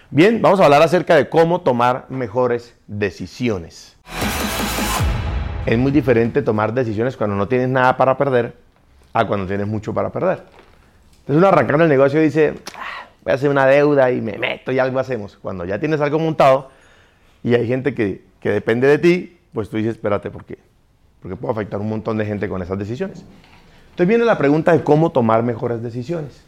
Bien, vamos a hablar acerca de cómo tomar mejores decisiones. Es muy diferente tomar decisiones cuando no tienes nada para perder a cuando tienes mucho para perder. Entonces uno arrancando el negocio dice, voy a hacer una deuda y me meto y algo hacemos. Cuando ya tienes algo montado y hay gente que depende de ti, pues tú dices, espérate, ¿por qué? Porque puedo afectar un montón de gente con esas decisiones. Entonces viene la pregunta de cómo tomar mejores decisiones.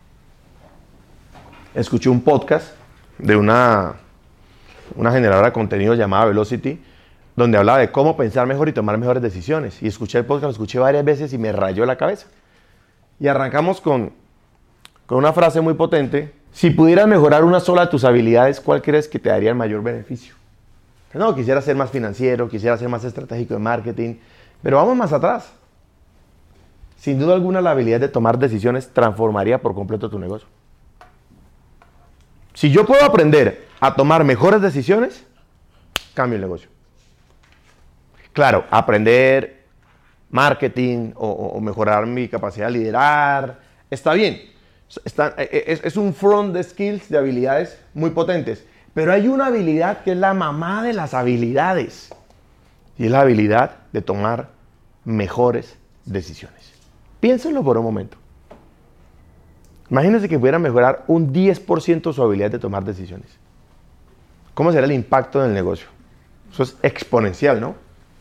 Escuché un podcast de una generadora de contenido llamada Velocity, donde hablaba de cómo pensar mejor y tomar mejores decisiones. Y escuché el podcast, lo escuché varias veces y me rayó la cabeza. Y arrancamos con una frase muy potente. Si pudieras mejorar una sola de tus habilidades, ¿cuál crees que te daría el mayor beneficio? No, quisiera ser más financiero, quisiera ser más estratégico en marketing, pero vamos más atrás. Sin duda alguna, la habilidad de tomar decisiones transformaría por completo tu negocio. Si yo puedo aprender a tomar mejores decisiones, cambio el negocio. Claro, aprender marketing o mejorar mi capacidad de liderar, está bien. Es un front de skills, de habilidades muy potentes. Pero hay una habilidad que es la mamá de las habilidades. Y es la habilidad de tomar mejores decisiones. Piénsenlo por un momento. Imagínense que pudieran mejorar un 10% su habilidad de tomar decisiones. ¿Cómo será el impacto en el negocio? Eso es exponencial, ¿no?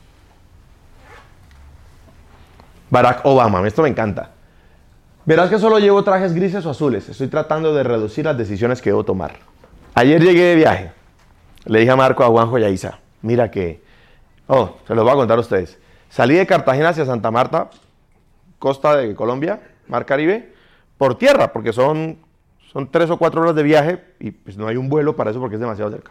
Barack Obama, esto me encanta. Verás que solo llevo trajes grises o azules. Estoy tratando de reducir las decisiones que debo tomar. Ayer llegué de viaje. Le dije a Marco, a Juanjo y a Isa, mira que... se los voy a contar a ustedes. Salí de Cartagena hacia Santa Marta, costa de Colombia, Mar Caribe, por tierra, porque son 3 o 4 horas de viaje y pues no hay un vuelo para eso porque es demasiado cerca.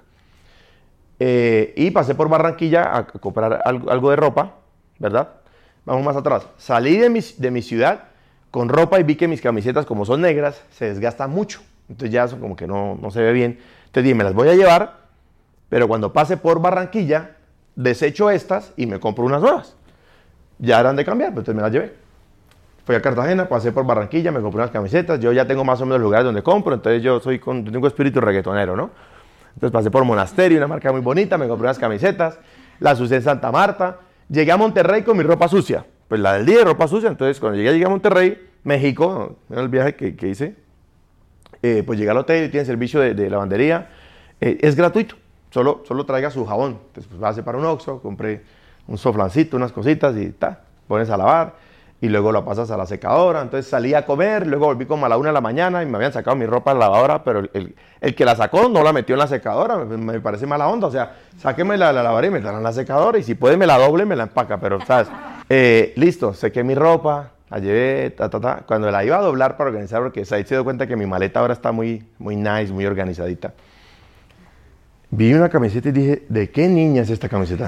Y pasé por Barranquilla a comprar algo de ropa, ¿verdad? Vamos más atrás. Salí de mi ciudad con ropa y vi que mis camisetas, como son negras, se desgastan mucho. Entonces ya eso como que no se ve bien. Entonces dije, me las voy a llevar, pero cuando pase por Barranquilla, desecho estas y me compro unas nuevas. Ya eran de cambiar, pero entonces me las llevé. Fui a Cartagena, pasé por Barranquilla, me compré unas camisetas. Yo ya tengo más o menos lugares donde compro, entonces yo tengo espíritu reggaetonero, ¿no? Entonces pasé por Monasterio, una marca muy bonita, me compré unas camisetas, las usé en Santa Marta. Llegué a Monterrey con mi ropa sucia, pues la del día de ropa sucia. Entonces cuando llegué a Monterrey, México, era el viaje que hice, pues llegué al hotel y tiene servicio de lavandería, es gratuito, solo traiga su jabón. Entonces pues vas para un Oxxo, compré un soflancito, unas cositas y pones a lavar. Y luego lo pasas a la secadora. Entonces salí a comer, luego volví como a la 1 de la mañana y me habían sacado mi ropa a la lavadora, pero el que la sacó no la metió en la secadora. Me parece mala onda. O sea, sáqueme la lavaré y me la en la secadora y si puede me la doble y me la empaca. Pero, ¿sabes? Listo, sequé mi ropa, la llevé, Cuando la iba a doblar para organizar, porque Said se dio cuenta que mi maleta ahora está muy nice, muy organizadita. Vi una camiseta y dije, ¿de qué niña es esta camiseta?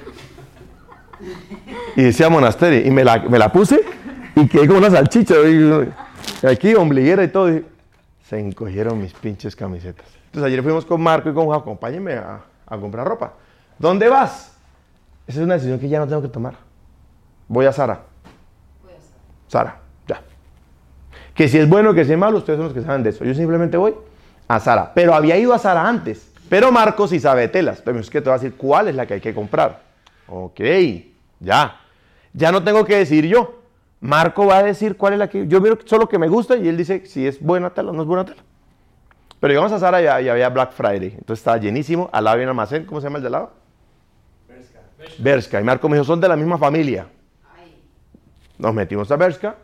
Y decía Monasterio, y me la puse y quedé como una salchicha. Y aquí, ombliguera y todo. Y se encogieron mis pinches camisetas. Entonces ayer fuimos con Marco y con Juan, acompáñenme a comprar ropa. ¿Dónde vas? Esa es una decisión que ya no tengo que tomar. Voy a Zara. Zara, ya. Que si es bueno, que si es malo, ustedes son los que saben de eso. Yo simplemente voy a Zara. Pero había ido a Zara antes. Pero Marco sí sabe de telas. Entonces es que te va a decir cuál es la que hay que comprar. Ok, ya no tengo que decidir yo. Marco va a decir cuál es la que... Yo miro solo que me gusta y él dice si es buena tela o no es buena tela. Pero llegamos a Zara y había Black Friday. Entonces estaba llenísimo. Al lado había un almacén. ¿Cómo se llama el de al lado? Bershka. Y Marco me dijo, son de la misma familia. Nos metimos a Bershka.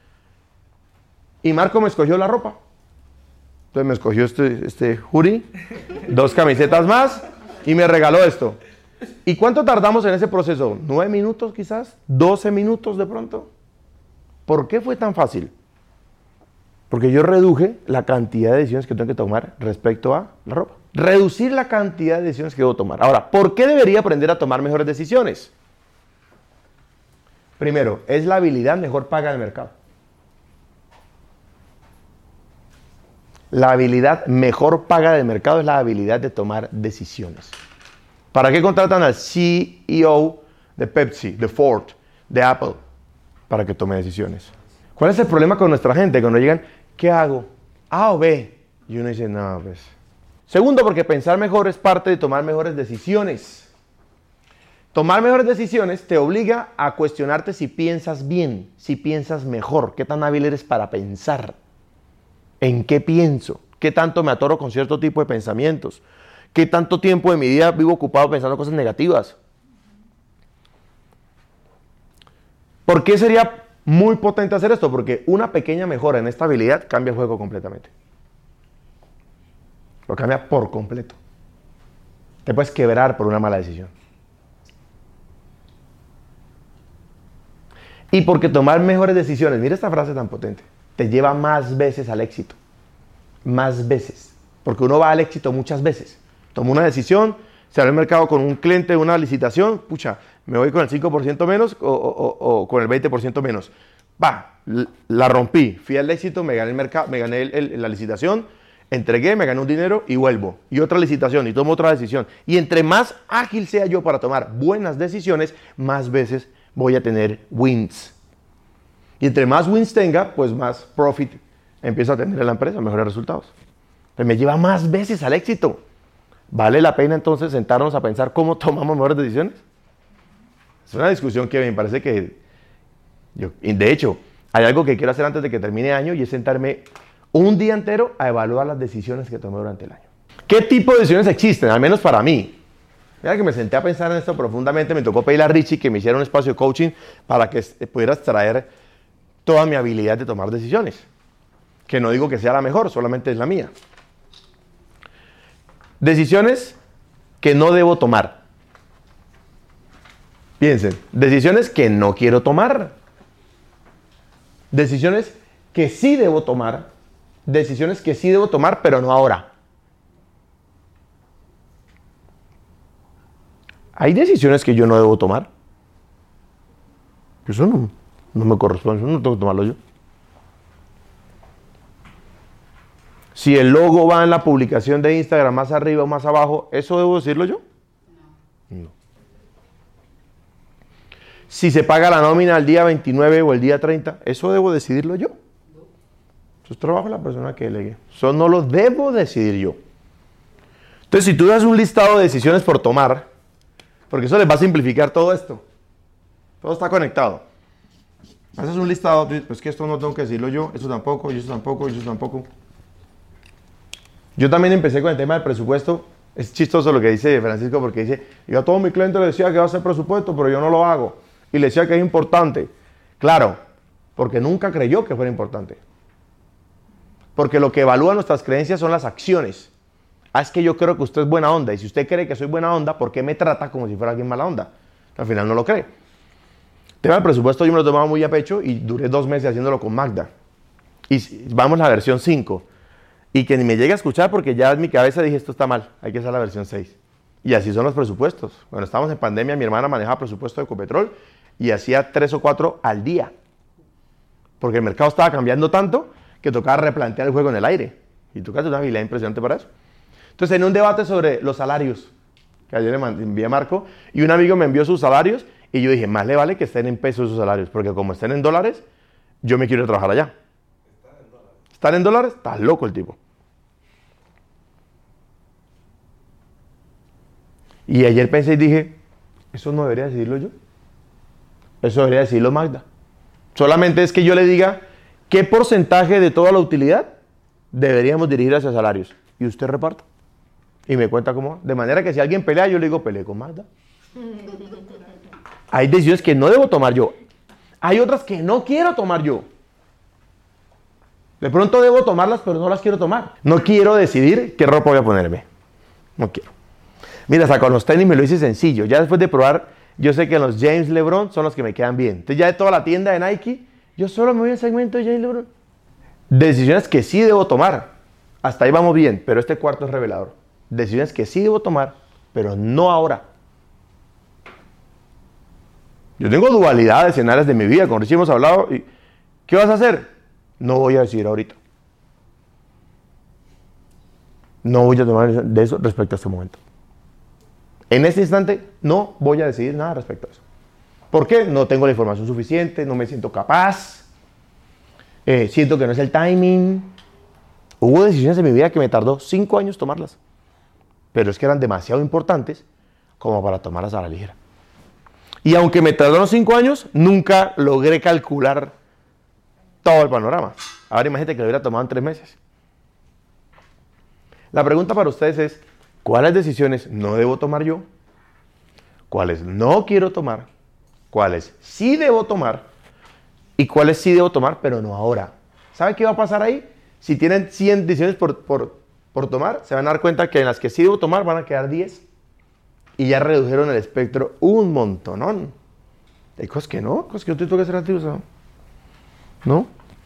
Y Marco me escogió la ropa. Entonces me escogió este hoodie, 2 camisetas más y me regaló esto. ¿Y cuánto tardamos en ese proceso? ¿9 minutos quizás? ¿12 minutos de pronto? ¿Por qué fue tan fácil? Porque yo reduje la cantidad de decisiones que tengo que tomar respecto a la ropa. Reducir la cantidad de decisiones que debo tomar. Ahora, ¿por qué debería aprender a tomar mejores decisiones? Primero, es la habilidad mejor paga del mercado. La habilidad mejor paga del mercado es la habilidad de tomar decisiones. ¿Para qué contratan al CEO de Pepsi, de Ford, de Apple? Para que tome decisiones. ¿Cuál es el problema con nuestra gente? Cuando llegan, ¿qué hago? ¿A o B? Y uno dice, no, pues, Segundo, porque pensar mejor es parte de tomar mejores decisiones. Tomar mejores decisiones te obliga a cuestionarte si piensas bien, si piensas mejor, qué tan hábil eres para pensar, en qué pienso, qué tanto me atoro con cierto tipo de pensamientos, qué tanto tiempo de mi día vivo ocupado pensando cosas negativas. ¿Por qué sería muy potente hacer esto? Porque una pequeña mejora en esta habilidad cambia el juego completamente. Lo cambia por completo. Te puedes quebrar por una mala decisión. Y porque tomar mejores decisiones, mira esta frase tan potente, te lleva más veces al éxito. Más veces. Porque uno va al éxito muchas veces. Toma una decisión, se abre el mercado con un cliente, una licitación, pucha, me voy con el 5% menos o con el 20% menos. Va, la rompí, fui al éxito, me gané el mercado, me gané la licitación, entregué, me gané un dinero y vuelvo. Y otra licitación y tomo otra decisión. Y entre más ágil sea yo para tomar buenas decisiones, más veces voy a tener wins. Y entre más wins tenga, pues más profit empiezo a tener en la empresa, mejores resultados. Pues me lleva más veces al éxito. ¿Vale la pena entonces sentarnos a pensar cómo tomamos mejores decisiones? Es una discusión que me parece que... de hecho, hay algo que quiero hacer antes de que termine el año y es sentarme un día entero a evaluar las decisiones que tomé durante el año. ¿Qué tipo de decisiones existen? Al menos para mí. Mira que me senté a pensar en esto profundamente, me tocó pedirle a Richie que me hiciera un espacio de coaching para que pudiera extraer toda mi habilidad de tomar decisiones. Que no digo que sea la mejor, solamente es la mía. Decisiones que no debo tomar. Piensen, decisiones que no quiero tomar. Decisiones que sí debo tomar. Decisiones que sí debo tomar, pero no ahora. Hay decisiones que yo no debo tomar. Eso no me corresponde, eso no tengo que tomarlo yo. Si el logo va en la publicación de Instagram más arriba o más abajo, ¿eso debo decirlo yo? No. Si se paga la nómina el día 29 o el día 30, ¿eso debo decidirlo yo? Eso es trabajo de la persona que delegue. Eso no lo debo decidir yo. Entonces, si tú das un listado de decisiones por tomar, porque eso les va a simplificar todo esto. Todo está conectado. Haces un listado, pues que esto no tengo que decirlo yo, esto tampoco, y esto tampoco, y esto tampoco. Yo también empecé con el tema del presupuesto. Es chistoso lo que dice Francisco porque dice, yo a todos mis clientes les decía que va a hacer presupuesto, pero yo no lo hago. Y le decía que es importante. Claro, porque nunca creyó que fuera importante. Porque lo que evalúa nuestras creencias son las acciones. Ah, es que yo creo que usted es buena onda. Y si usted cree que soy buena onda, ¿por qué me trata como si fuera alguien mala onda? Al final no lo cree. El tema del presupuesto yo me lo tomaba muy a pecho y duré 2 meses haciéndolo con Magda. Y vamos a la versión 5. Y que ni me llegue a escuchar porque ya en mi cabeza dije, esto está mal, hay que hacer la versión 6. Y así son los presupuestos. Cuando estábamos en pandemia, mi hermana manejaba presupuesto de Ecopetrol y hacía 3 o 4 al día. Porque el mercado estaba cambiando tanto que tocaba replantear el juego en el aire. Y tú haces una habilidad impresionante para eso. Entonces, en un debate sobre los salarios, que ayer le envié a Marco, y un amigo me envió sus salarios, y yo dije, más le vale que estén en pesos sus salarios, porque como estén en dólares, yo me quiero ir a trabajar allá. ¿Están en dólares? Está loco el tipo. Y ayer pensé y dije, eso no debería decidirlo yo. Eso debería decidirlo Magda. Solamente es que yo le diga qué porcentaje de toda la utilidad deberíamos dirigir hacia salarios. Y usted reparta. Y me cuenta cómo va. De manera que si alguien pelea, yo le digo, peleé con Magda. Hay decisiones que no debo tomar yo. Hay otras que no quiero tomar yo. De pronto debo tomarlas, pero no las quiero tomar. No quiero decidir qué ropa voy a ponerme. No quiero. Mira, hasta con los tenis me lo hice sencillo. Ya después de probar, yo sé que los James LeBron son los que me quedan bien. Entonces ya de toda la tienda de Nike, yo solo me voy al segmento de James LeBron. Decisiones que sí debo tomar. Hasta ahí vamos bien, pero este cuarto es revelador. Decisiones que sí debo tomar, pero no ahora. Yo tengo dualidades en áreas de mi vida. Con Richie hemos hablado. Y, ¿qué vas a hacer? No voy a decidir ahorita. No voy a tomar de eso respecto a este momento. En este instante no voy a decidir nada respecto a eso. ¿Por qué? No tengo la información suficiente, no me siento capaz, siento que no es el timing. Hubo decisiones en mi vida que me tardó 5 años tomarlas. pero es que eran demasiado importantes como para tomarlas a la ligera. Y aunque me tardaron 5 años, nunca logré calcular todo el panorama. Ahora imagínate que lo hubiera tomado en 3 meses. La pregunta para ustedes es, ¿cuáles decisiones no debo tomar yo? ¿Cuáles no quiero tomar? ¿Cuáles sí debo tomar? ¿Y cuáles sí debo tomar, pero no ahora? ¿Saben qué va a pasar ahí? Si tienen 100 decisiones por tomar, se van a dar cuenta que en las que sí debo tomar van a quedar 10. Y ya redujeron el espectro un montonón. Hay cosas que no te tengo que hacer a ti, o sea, ¿no?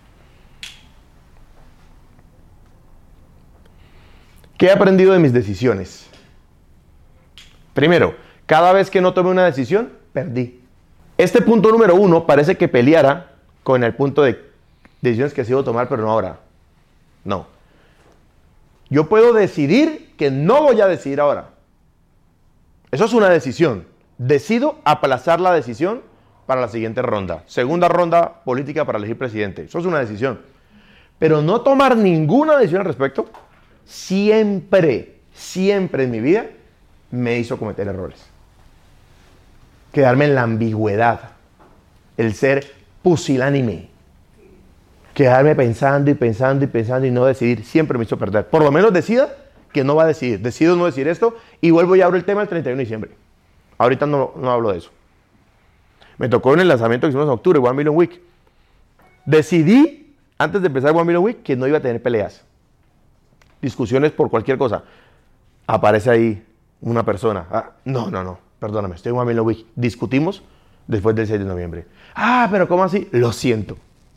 ¿Qué he aprendido de mis decisiones? Primero, cada vez que no tomé una decisión, perdí. Este punto número 1 parece que peleara con el punto de decisiones que sí debo tomar, pero no ahora. No. Yo puedo decidir que no voy a decidir ahora. Eso es una decisión. Decido aplazar la decisión para la siguiente ronda. Segunda ronda política para elegir presidente. Eso es una decisión. Pero no tomar ninguna decisión al respecto, siempre en mi vida me hizo cometer errores. Quedarme en la ambigüedad. El ser pusilánime. Quedarme pensando y no decidir. Siempre me hizo perder. Por lo menos decida que no va a decidir. Decido no decir esto y vuelvo y abro el tema el 31 de diciembre. Ahorita no hablo de eso. Me tocó en el lanzamiento que hicimos en octubre, One Million Week. Decidí, antes de empezar One Million Week, que no iba a tener peleas. Discusiones por cualquier cosa. Aparece ahí una persona. No, perdóname, estoy en One Million Week. Discutimos después del 6 de noviembre. Pero ¿cómo así? Lo siento.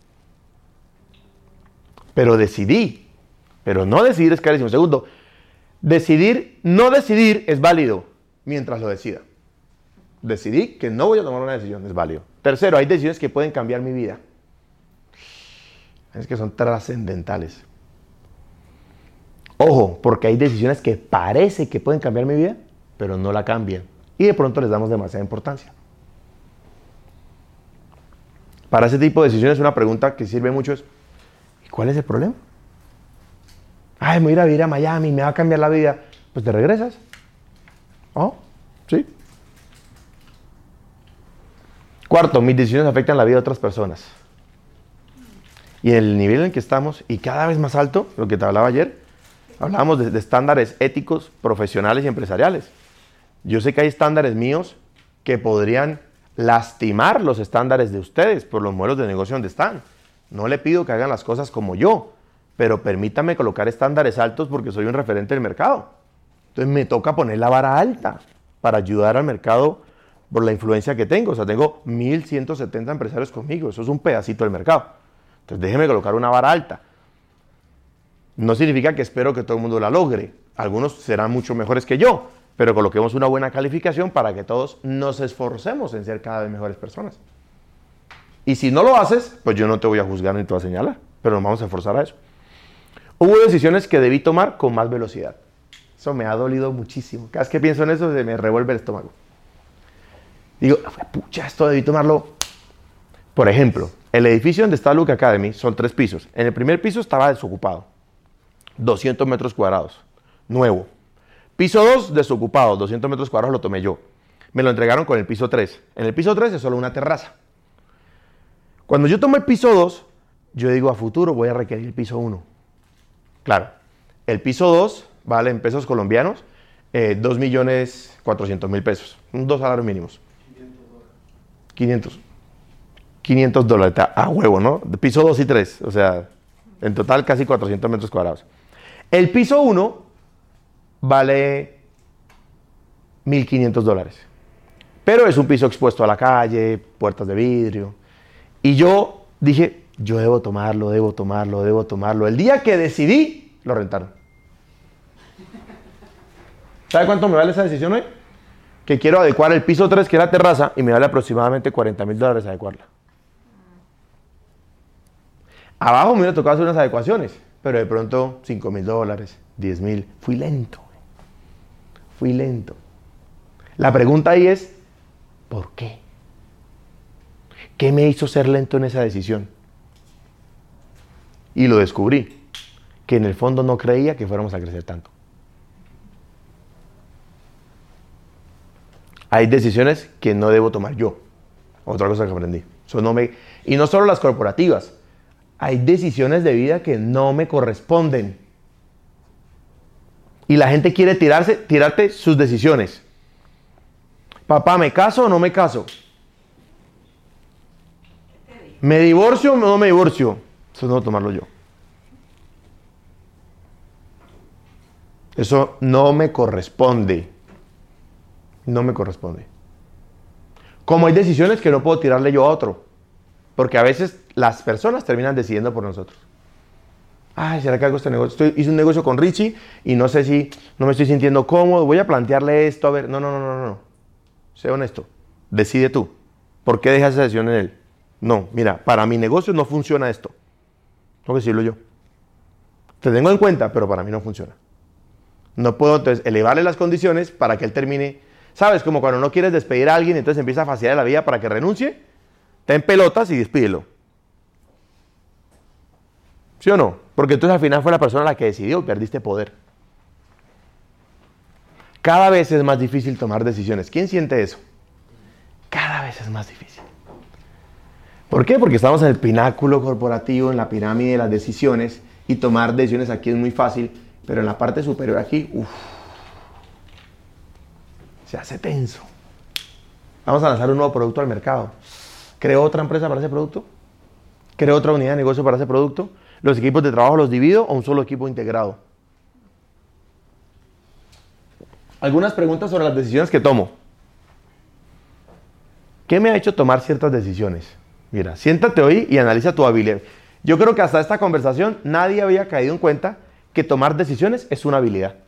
Pero decidí. Pero no decidir es carísimo. Segundo, no decidir es válido mientras lo decida. Decidí que no voy a tomar una decisión, es válido. Tercero, hay decisiones que pueden cambiar mi vida. Es que son trascendentales. Ojo, porque hay decisiones que parece que pueden cambiar mi vida, pero no la cambian. Y de pronto les damos demasiada importancia. Para ese tipo de decisiones, una pregunta que sirve mucho es, ¿y cuál es el problema? Me voy a ir a vivir a Miami, me va a cambiar la vida. Pues te regresas. ¿Oh? Sí. Cuarto, mis decisiones afectan la vida de otras personas. Y en el nivel en el que estamos, y cada vez más alto, lo que te hablaba ayer, hablábamos de estándares éticos, profesionales y empresariales. Yo sé que hay estándares míos que podrían lastimar los estándares de ustedes por los modelos de negocio donde están. No le pido que hagan las cosas como yo, pero permítame colocar estándares altos porque soy un referente del mercado. Entonces me toca poner la vara alta para ayudar al mercado por la influencia que tengo. O sea, tengo 1,170 empresarios conmigo. Eso es un pedacito del mercado. Entonces déjeme colocar una vara alta. No significa que espero que todo el mundo la logre. Algunos serán mucho mejores que yo, pero coloquemos una buena calificación para que todos nos esforcemos en ser cada vez mejores personas. Y si no lo haces, pues yo no te voy a juzgar ni te voy a señalar, pero nos vamos a esforzar a eso. Hubo decisiones que debí tomar con más velocidad. Eso me ha dolido muchísimo. Cada vez que pienso en eso, se me revuelve el estómago. Digo, pucha, esto debí tomarlo. Por ejemplo, el edificio donde está Luke Academy son 3 pisos. En el primer piso estaba desocupado. 200 metros cuadrados. Nuevo. Piso 2, desocupado. 200 metros cuadrados lo tomé yo. Me lo entregaron con el piso 3. En el piso 3 es solo una terraza. Cuando yo tomo el piso 2, yo digo, a futuro voy a requerir el piso 1. Claro, el piso 2 vale en pesos colombianos 2.400.000 pesos. 2 salarios mínimos. $500 a huevo, ¿no? Piso 2 y 3, o sea, en total casi 400 metros cuadrados. El piso 1 vale $1.500. Pero es un piso expuesto a la calle, puertas de vidrio. Y yo dije, yo debo tomarlo. El día que decidí, lo rentaron. ¿Sabe cuánto me vale esa decisión hoy? Que quiero adecuar el piso 3, que era terraza, y me vale aproximadamente $40.000 adecuarla. Abajo me hubiera tocado hacer unas adecuaciones, pero de pronto $5.000, $10.000. Fui lento. La pregunta ahí es, ¿por qué? ¿Qué me hizo ser lento en esa decisión? Y lo descubrí, que en el fondo no creía que fuéramos a crecer tanto. Hay decisiones que no debo tomar yo. Otra cosa que aprendí. Y no solo las corporativas. Hay decisiones de vida que no me corresponden. Y la gente quiere tirarte sus decisiones. Papá, ¿me caso o no me caso? ¿Me divorcio o no me divorcio? Eso no debo tomarlo yo. Eso no me corresponde. No me corresponde. Como hay decisiones que no puedo tirarle yo a otro. Porque a veces las personas terminan decidiendo por nosotros. Ay, ¿será que hago este negocio? Hice un negocio con Richie y no sé si no me estoy sintiendo cómodo. Voy a plantearle esto. A ver, no. Sé honesto. Decide tú. ¿Por qué dejas esa decisión en él? No, mira, para mi negocio no funciona esto. Tengo que decirlo yo. Te tengo en cuenta, pero para mí no funciona. No puedo entonces elevarle las condiciones para que él termine. ¿Sabes? Como cuando no quieres despedir a alguien, entonces empieza a fastidiar la vida para que renuncie. Ten pelotas y despídelo. ¿Sí o no? Porque entonces al final fue la persona la que decidió y perdiste poder. Cada vez es más difícil tomar decisiones. ¿Quién siente eso? Cada vez es más difícil. ¿Por qué? Porque estamos en el pináculo corporativo, en la pirámide de las decisiones, y tomar decisiones aquí es muy fácil, pero en la parte superior aquí, se hace tenso. Vamos a lanzar un nuevo producto al mercado. ¿Creo otra empresa para ese producto? ¿Creo otra unidad de negocio para ese producto? ¿Los equipos de trabajo los divido o un solo equipo integrado? Algunas preguntas sobre las decisiones que tomo. ¿Qué me ha hecho tomar ciertas decisiones? Mira, siéntate hoy y analiza tu habilidad. Yo creo que hasta esta conversación nadie había caído en cuenta que tomar decisiones es una habilidad.